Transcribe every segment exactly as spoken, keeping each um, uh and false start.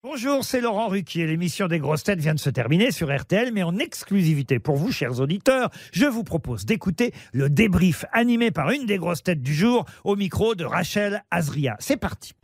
Bonjour, c'est Laurent Ruquier. L'émission des grosses têtes vient de se terminer sur R T L, mais en exclusivité pour vous, chers auditeurs, je vous propose d'écouter le débrief animé par une des grosses têtes du jour au micro de Rachel Azria. C'est parti.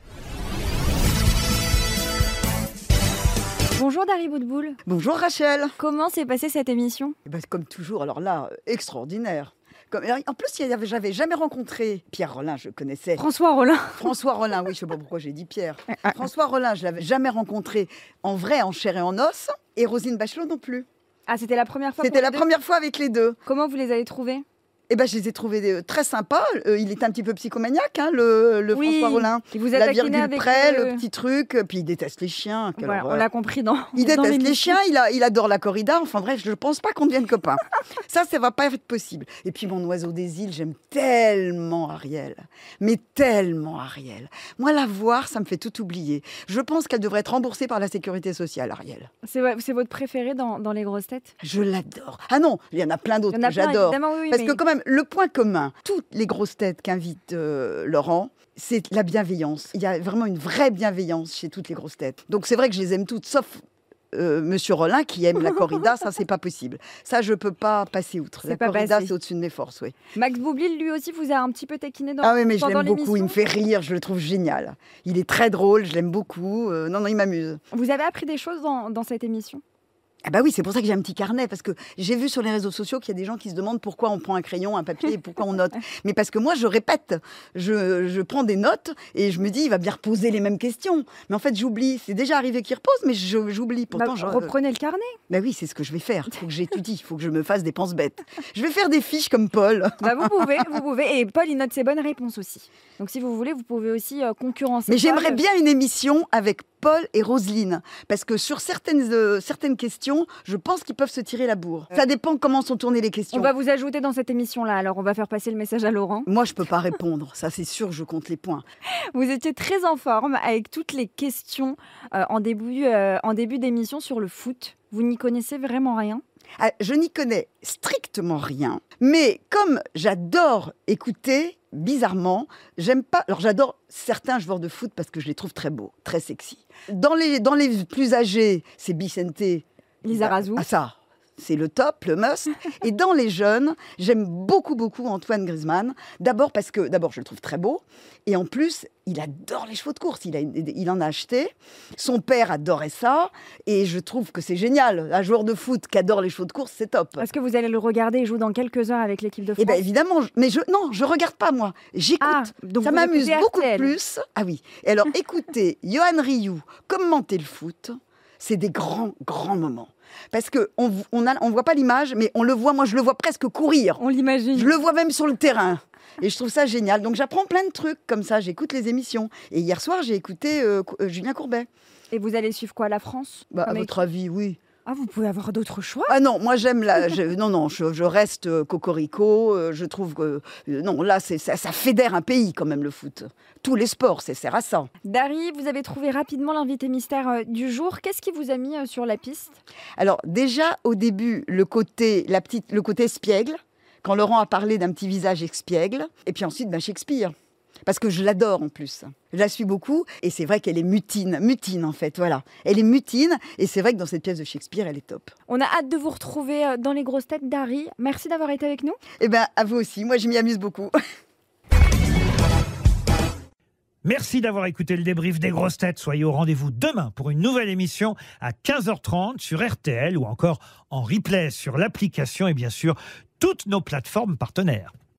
Bonjour Dari Boudboul. Bonjour Rachel. Comment s'est passée cette émission ? Eh ben, comme toujours, alors là, euh, extraordinaire. Comme, en plus, il y avait- j'avais jamais rencontré Pierre Rollin, je connaissais. François Rollin. François Rollin, oui, je sais pas pourquoi j'ai dit Pierre. François Rollin, je l'avais jamais rencontré en vrai, en chair et en os, et Roselyne Bachelot non plus. Ah, c'était la première fois. C'était pour la les deux première fois avec les deux. Comment vous les avez trouvés ? Eh ben, je les ai trouvés euh, très sympas. Euh, il est un petit peu psychomaniaque, hein, le, le Oui, François Rollin. il vous a La taquiné virgule avec près, le- le petit truc. euh, Puis il déteste les chiens. quelle Voilà, on horreur. l'a compris dans. Il dans déteste les l'émission. chiens, il, a, il adore la corrida. Enfin bref, je ne pense pas qu'on devienne copains. Ça, ça va pas être possible. Et puis mon oiseau des îles, j'aime tellement Ariel. Mais tellement Ariel. Moi, la voir, ça me fait tout oublier. Je pense qu'elle devrait être remboursée par la sécurité sociale, Ariel. C'est vo- c'est votre préféré dans, dans les grosses têtes ? Je l'adore. Ah non, il y en a plein Il d'autres y en a que plein, j'adore. évidemment, oui, oui, Parce mais- que quand même, le point commun, toutes les grosses têtes qu'invite euh, Laurent, c'est la bienveillance. Il y a vraiment une vraie bienveillance chez toutes les grosses têtes. Donc c'est vrai que je les aime toutes, sauf euh, Monsieur Rollin qui aime la corrida, ça c'est pas possible. Ça je peux pas passer outre. C'est La pas corrida passé. c'est au-dessus de mes forces, oui. Max Boublil, lui aussi, vous a un petit peu taquiné dans Ah oui, mais je pendant l'aime beaucoup, il me l'émission. fait rire, je le trouve génial. Il est très drôle, je l'aime beaucoup. Euh, non, non, il m'amuse. Vous avez appris des choses dans, dans cette émission ? Ah bah oui, c'est pour ça que j'ai un petit carnet, parce que j'ai vu sur les réseaux sociaux qu'il y a des gens qui se demandent pourquoi on prend un crayon, un papier, et pourquoi on note. Mais parce que moi, je répète, je, je prends des notes, et je me dis, il va bien reposer les mêmes questions. Mais en fait, j'oublie. C'est déjà arrivé qu'il repose, mais je- j'oublie. Pourtant, Bah, je... reprenez le carnet. Bah oui, c'est ce que je vais faire. Il faut que j'étudie, il faut que je me fasse des penses bêtes. Je vais faire des fiches comme Paul. Bah, vous pouvez, vous pouvez. Et Paul, il note ses bonnes réponses aussi. Donc si vous voulez, vous pouvez aussi euh, concurrencer. Mais j'aimerais Paul. bien une émission avec Paul et Roselyne, parce que sur certaines, euh, certaines questions, je pense qu'ils peuvent se tirer la bourre. Ça dépend comment sont tournées les questions. On va vous ajouter dans cette émission-là. Alors, on va faire passer le message à Laurent. Moi, je peux pas répondre. Ça, c'est sûr, je compte les points. Vous étiez très en forme avec toutes les questions euh, en début, euh, en début d'émission sur le foot. Vous n'y connaissez vraiment rien ? Ah, je n'y connais strictement rien, mais comme j'adore écouter, bizarrement, j'aime pas. Alors j'adore certains joueurs de foot parce que je les trouve très beaux, très sexy. Dans les, dans les plus âgés, c'est Vicente Lizarazu. Ah ça, c'est le top, le must. Et dans les jeunes, j'aime beaucoup, beaucoup Antoine Griezmann. D'abord parce que, d'abord, je le trouve très beau. Et en plus, il adore les chevaux de course. Il, a, il en a acheté. Son père adorait ça. Et je trouve que c'est génial. Un joueur de foot qui adore les chevaux de course, c'est top. Est-ce que vous allez le regarder Il joue dans quelques heures avec l'équipe de France. Eh bien, évidemment. je- Mais je, non, je regarde pas, moi. J'écoute. Ah, donc ça vous m'amuse écoutez beaucoup R T L. plus. Ah oui. Et alors, écoutez Johan Rioux commenter le foot, c'est des grands, grands moments. Parce qu'on on on a- on voit pas l'image, mais on le voit, moi je le vois presque courir. On l'imagine. Je le vois même sur le terrain. Et je trouve ça génial. Donc j'apprends plein de trucs comme ça, j'écoute les émissions. Et hier soir, j'ai écouté euh, Cou- euh, Julien Courbet. Et vous allez suivre quoi, la France Bah, à Comme votre avis, oui. Ah, vous pouvez avoir d'autres choix. Ah non, moi j'aime la. je- non, non, je, je reste euh, cocorico. euh, je trouve que. euh, non, là, c'est, ça, ça fédère un pays quand même, le foot. Tous les sports, c'est sert à ça. Dari, vous avez trouvé rapidement l'invité mystère euh, du jour. Qu'est-ce qui vous a mis euh, sur la piste ? Alors, déjà, au début, le côté, la petite, le côté espiègle, quand Laurent a parlé d'un petit visage espiègle. Et puis ensuite, bah, Shakespeare. Parce que je l'adore en plus. Je la suis beaucoup et c'est vrai qu'elle est mutine, mutine en fait, voilà. Elle est mutine et c'est vrai que dans cette pièce de Shakespeare, elle est top. On a hâte de vous retrouver euh, dans les grosses têtes, Dari. Merci d'avoir été avec nous. Eh bien, à vous aussi, moi je m'y amuse beaucoup. Merci d'avoir écouté le débrief des grosses têtes. Soyez au rendez-vous demain pour une nouvelle émission à quinze heures trente sur R T L ou encore en replay sur l'application et bien sûr toutes nos plateformes partenaires.